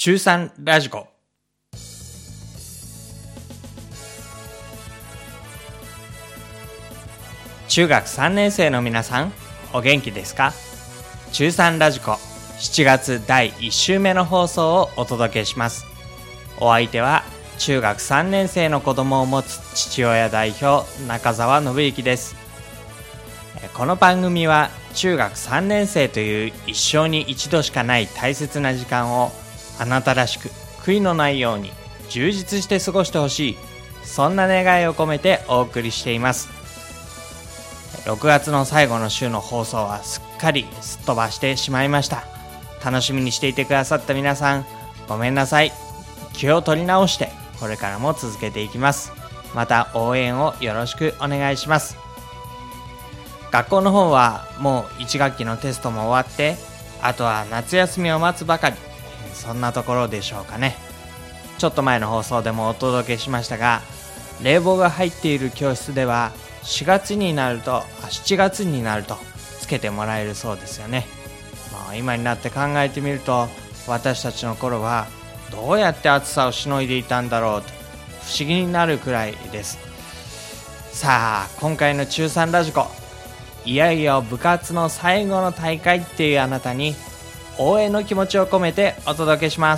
中3ラジコ。中学3年生の皆さん、お元気ですか？中3ラジコ7月第1週目の放送をお届けします。お相手は中学3年生の子供を持つ父親代表中澤信之です。この番組は中学3年生という一生に一度しかない大切な時間をあなたらしく悔いのないように充実して過ごしてほしい、そんな願いを込めてお送りしています。6月の最後の週の放送はすっかりすっ飛ばしてしまいました。楽しみにしていてくださった皆さん、ごめんなさい。気を取り直してこれからも続けていきます。また応援をよろしくお願いします。学校の方はもう1学期のテストも終わって、あとは夏休みを待つばかり、そんなところでしょうかね。ちょっと前の放送でもお届けしましたが、冷房が入っている教室では7月になるとつけてもらえるそうですよね。今になって考えてみると、私たちの頃はどうやって暑さをしのいでいたんだろうと不思議になるくらいです。さあ、今回の中3ラジコ、いよいよ部活の最後の大会っていうあなたに応援の気持ちを込めてお届けします。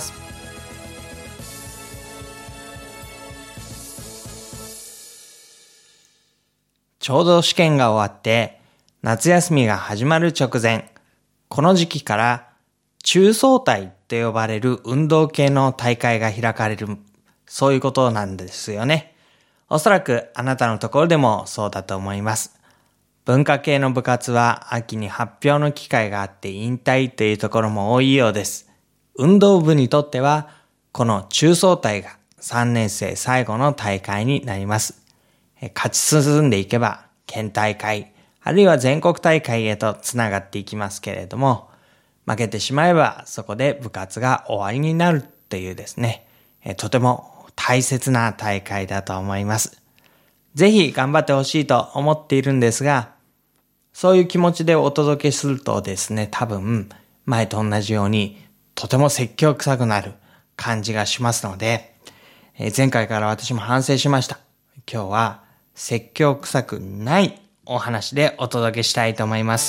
ちょうど試験が終わって夏休みが始まる直前、この時期から中層体と呼ばれる運動系の大会が開かれる、そういうことなんですよね。おそらくあなたのところでもそうだと思います。文化系の部活は秋に発表の機会があって引退というところも多いようです。運動部にとってはこの中層体が3年生最後の大会になります。勝ち進んでいけば県大会、あるいは全国大会へとつながっていきますけれども、負けてしまえばそこで部活が終わりになるというですね、とても大切な大会だと思います。ぜひ頑張ってほしいと思っているんですが、そういう気持ちでお届けするとですね、多分前と同じようにとても説教臭くなる感じがしますので、前回から私も反省しました。今日は説教臭くないお話でお届けしたいと思います。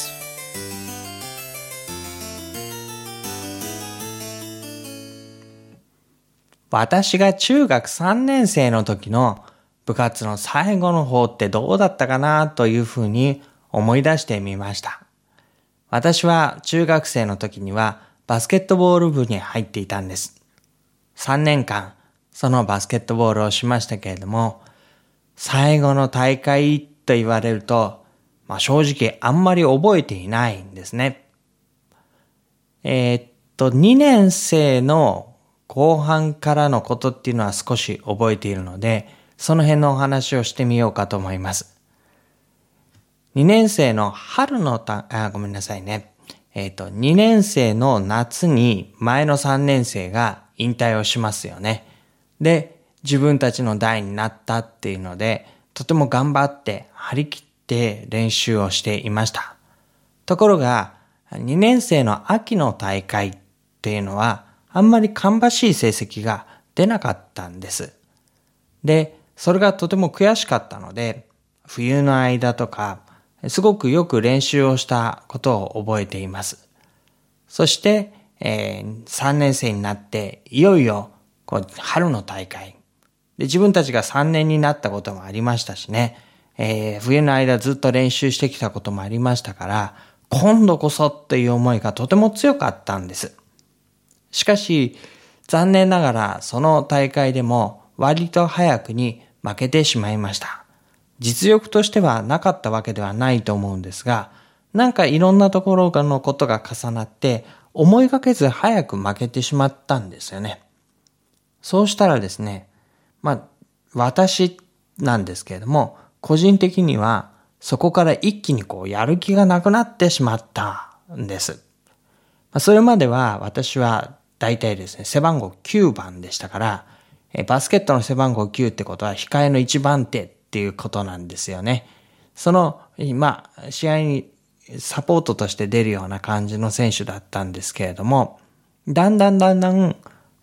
私が中学3年生の時の部活の最後の方ってどうだったかなというふうに思い出してみました。私は中学生の時にはバスケットボール部に入っていたんです。3年間そのバスケットボールをしましたけれども、最後の大会と言われると、正直あんまり覚えていないんですね。2年生の後半からのことっていうのは少し覚えているので、その辺のお話をしてみようかと思います。2年生の春の2年生の夏に前の3年生が引退をしますよね。で、自分たちの代になったっていうので、とても頑張って張り切って練習をしていました。ところが、2年生の秋の大会っていうのは、あんまり芳しい成績が出なかったんです。で、それがとても悔しかったので、冬の間とか、すごくよく練習をしたことを覚えています。そして、3年生になって、いよいよ春の大会で、自分たちが3年になったこともありましたしね、冬の間ずっと練習してきたこともありましたから、今度こそっていう思いがとても強かったんです。しかし、残念ながらその大会でも割と早くに負けてしまいました。実力としてはなかったわけではないと思うんですが、なんかいろんなところのことが重なって思いがけず早く負けてしまったんですよね。そうしたらですね、私なんですけれども、個人的にはそこから一気にやる気がなくなってしまったんです。それまでは私は大体ですね、背番号9番でしたから、バスケットの背番号9ってことは控えの1番手っていうことなんですよね。その、試合にサポートとして出るような感じの選手だったんですけれども、だんだん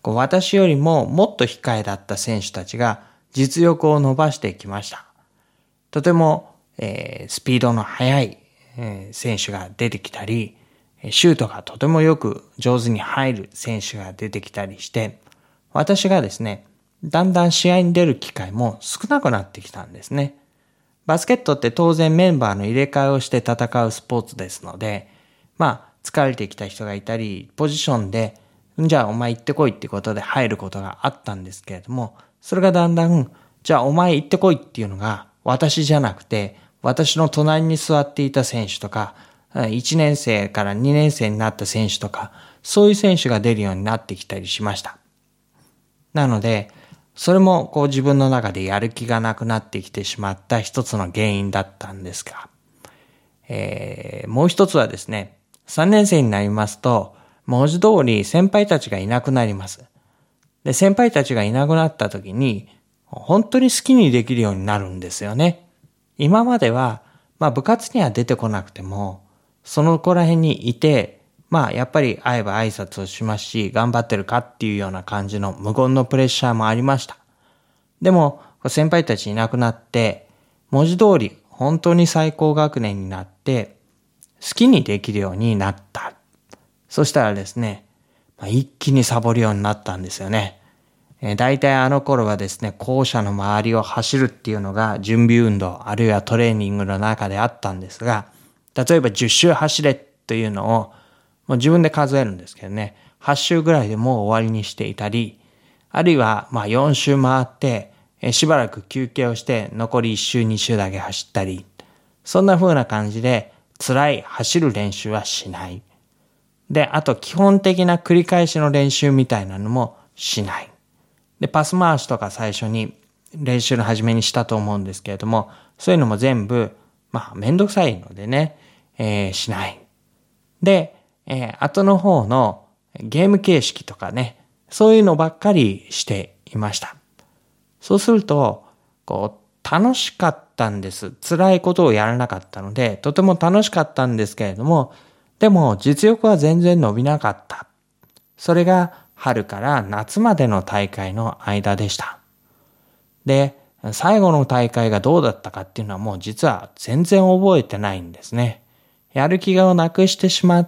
私よりももっと控えだった選手たちが実力を伸ばしてきました。とても、スピードの速い、選手が出てきたり、シュートがとてもよく上手に入る選手が出てきたりして、私がですね、だんだん試合に出る機会も少なくなってきたんですね。バスケットって当然メンバーの入れ替えをして戦うスポーツですので、疲れてきた人がいたり、ポジションで、じゃあお前行ってこいってことで入ることがあったんですけれども、それがだんだん、じゃあお前行ってこいっていうのが私じゃなくて、私の隣に座っていた選手とか、1年生から2年生になった選手とか、そういう選手が出るようになってきたりしました。なので、それも自分の中でやる気がなくなってきてしまった一つの原因だったんですが、もう一つはですね、3年生になりますと、文字通り先輩たちがいなくなります。で、先輩たちがいなくなった時に、本当に好きにできるようになるんですよね。今までは、部活には出てこなくても、その子ら辺にいて、やっぱり会えば挨拶をしますし、頑張ってるかっていうような感じの無言のプレッシャーもありました。でも、先輩たちいなくなって、文字通り本当に最高学年になって、好きにできるようになった。そしたらですね、一気にサボるようになったんですよね。大体あの頃はですね、校舎の周りを走るっていうのが準備運動、あるいはトレーニングの中であったんですが、例えば10周走れというのをもう自分で数えるんですけどね、8周ぐらいでもう終わりにしていたり、あるいは4周回って、しばらく休憩をして残り1周2周だけ走ったり、そんな風な感じで辛い走る練習はしない。で、あと基本的な繰り返しの練習みたいなのもしない。で、パス回しとか最初に練習の始めにしたと思うんですけれども、そういうのも全部、めんどくさいのでね、しない。で、後の方のゲーム形式とかね、そういうのばっかりしていました。そうすると、楽しかったんです。辛いことをやらなかったので、とても楽しかったんですけれども、でも実力は全然伸びなかった。それが春から夏までの大会の間でした。で、最後の大会がどうだったかっていうのはもう実は全然覚えてないんですね。やる気をなくしてしまって、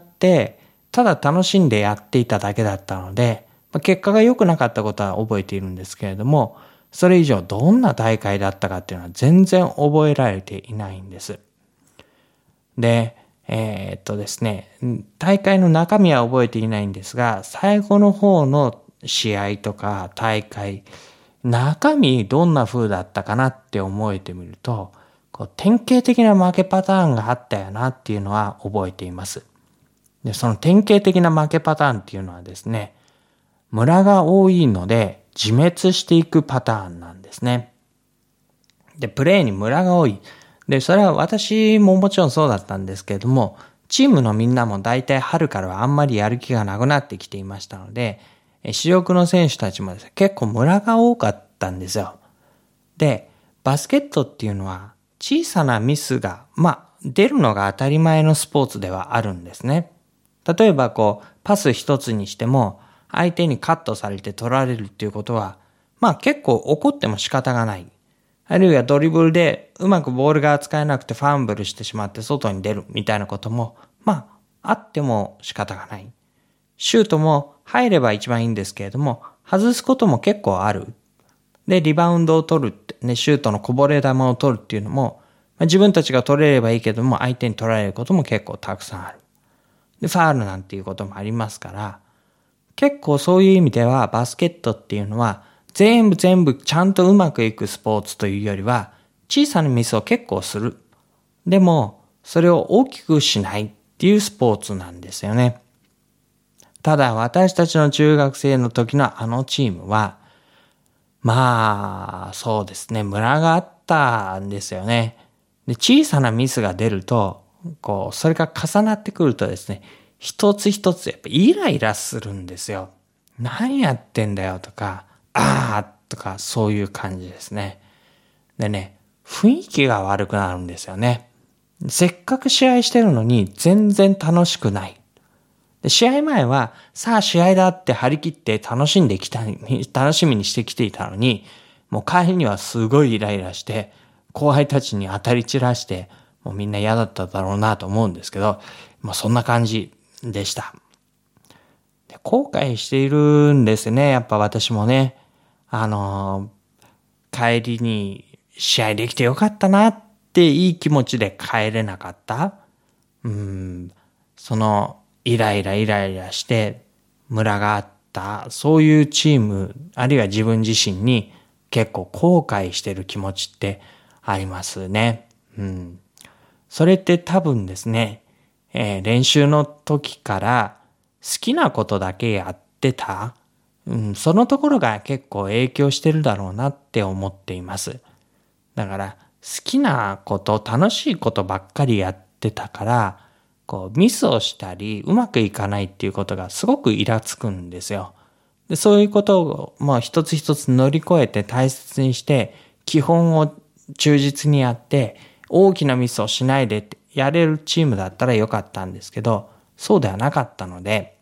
ただ楽しんでやっていただけだったので、結果が良くなかったことは覚えているんですけれども、それ以上どんな大会だったかっていうのは全然覚えられていないんです。で、ですね、大会の中身は覚えていないんですが、最後の方の試合とか大会、中身どんな風だったかなって思えてみると、典型的な負けパターンがあったよなっていうのは覚えています。で、その典型的な負けパターンっていうのはですね、ムラが多いので自滅していくパターンなんですね。で、プレーにムラが多い。で、それは私ももちろんそうだったんですけれども、チームのみんなも大体春からはあんまりやる気がなくなってきていましたので、主力の選手たちもですね、結構ムラが多かったんですよ。で、バスケットっていうのは小さなミスが、出るのが当たり前のスポーツではあるんですね。例えばパス一つにしても、相手にカットされて取られるっていうことは、結構起こっても仕方がない。あるいはドリブルでうまくボールが扱えなくてファンブルしてしまって外に出るみたいなことも、あっても仕方がない。シュートも入れば一番いいんですけれども、外すことも結構ある。で、リバウンドを取るってね、シュートのこぼれ球を取るっていうのも、自分たちが取れればいいけども、相手に取られることも結構たくさんある。で、ファールなんていうこともありますから、結構そういう意味ではバスケットっていうのは、全部ちゃんとうまくいくスポーツというよりは、小さなミスを結構する。でも、それを大きくしないっていうスポーツなんですよね。ただ、私たちの中学生の時のあのチームは、そうですね、ムラがあったんですよね。で、小さなミスが出ると、それが重なってくるとですね、一つ一つやっぱイライラするんですよ。何やってんだよとか、とかそういう感じですね。でね、雰囲気が悪くなるんですよね。せっかく試合してるのに全然楽しくない。でで、試合前は、さあ試合だって張り切って楽しみにしてきていたのに、もう帰りにはすごいイライラして、後輩たちに当たり散らして、もうみんな嫌だっただろうなと思うんですけど、まあそんな感じでした。で、後悔しているんですね、やっぱ私もね。帰りに試合できてよかったなっていい気持ちで帰れなかった。そのイライラしてムラがあった、そういうチーム、あるいは自分自身に結構後悔してる気持ちってありますね。それって多分ですね、練習の時から好きなことだけやってた、そのところが結構影響してるだろうなって思っています。だから好きなこと、楽しいことばっかりやってたから、ミスをしたりうまくいかないっていうことがすごくイラつくんですよ。で、そういうことを一つ一つ乗り越えて大切にして基本を忠実にやって大きなミスをしないでってやれるチームだったらよかったんですけど、そうではなかったので、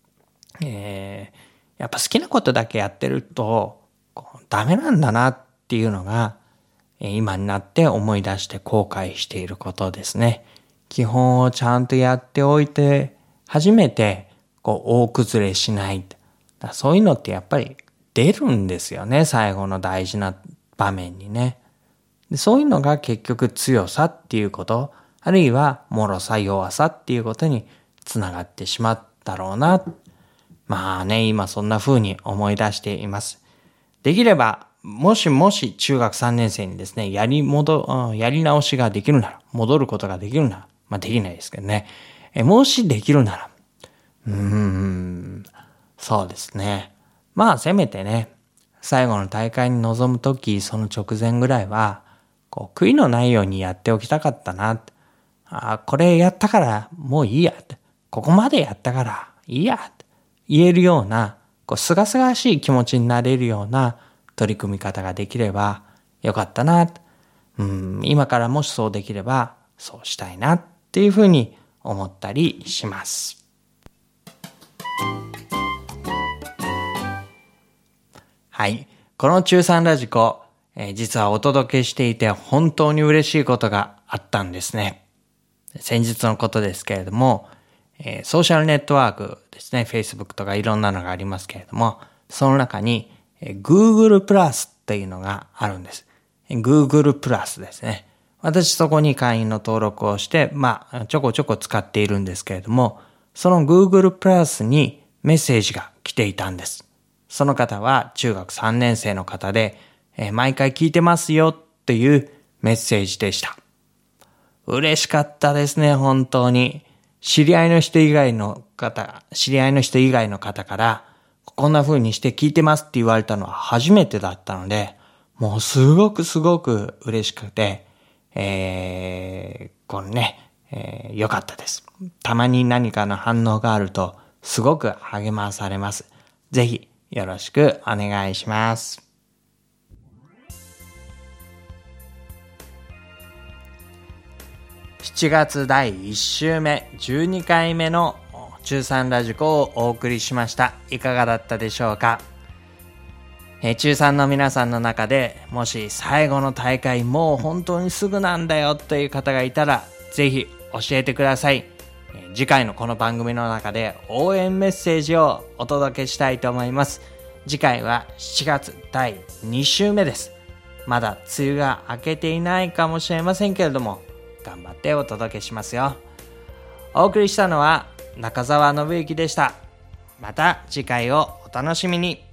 やっぱ好きなことだけやってるとダメなんだなっていうのが今になって思い出して後悔していることですね。基本をちゃんとやっておいて初めて大崩れしない。そういうのってやっぱり出るんですよね、最後の大事な場面にね。で、そういうのが結局強さっていうこと、あるいは脆さ弱さっていうことにつながってしまったろうな。まあね、今そんな風に思い出しています。できればもし中学3年生にですね、やり直しができるなら、戻ることができるなら、まあできないですけどね。もしできるなら、そうですね。まあせめてね、最後の大会に臨むとき、その直前ぐらいは、悔いのないようにやっておきたかったな。これやったからもういいや。ここまでやったからいいや。言えるような、すがすがしい気持ちになれるような取り組み方ができればよかったな。今からもしそうできればそうしたいなっていうふうに思ったりします。はい。この中3ラジコ、実はお届けしていて本当に嬉しいことがあったんですね。先日のことですけれども、ソーシャルネットワークですね、Facebook とかいろんなのがありますけれども、その中に、Google プラスっていうのがあるんです。Google プラスですね。私そこに会員の登録をして、ちょこちょこ使っているんですけれども、その Google プラスにメッセージが来ていたんです。その方は中学3年生の方で、毎回聞いてますよっていうメッセージでした。嬉しかったですね、本当に。知り合いの人以外の方から、こんな風にして聞いてますって言われたのは初めてだったので、もうすごく嬉しくて、良かったです。たまに何かの反応があると、すごく励まされます。ぜひ、よろしくお願いします。7月第1週目、12回目の中3ラジコをお送りしました。いかがだったでしょうか。中3の皆さんの中で、もし最後の大会もう本当にすぐなんだよという方がいたら、ぜひ教えてください。次回のこの番組の中で応援メッセージをお届けしたいと思います。次回は7月第2週目です。まだ梅雨が明けていないかもしれませんけれども、頑張ってお届けしますよ。お送りしたのは中澤信之でした。また次回をお楽しみに。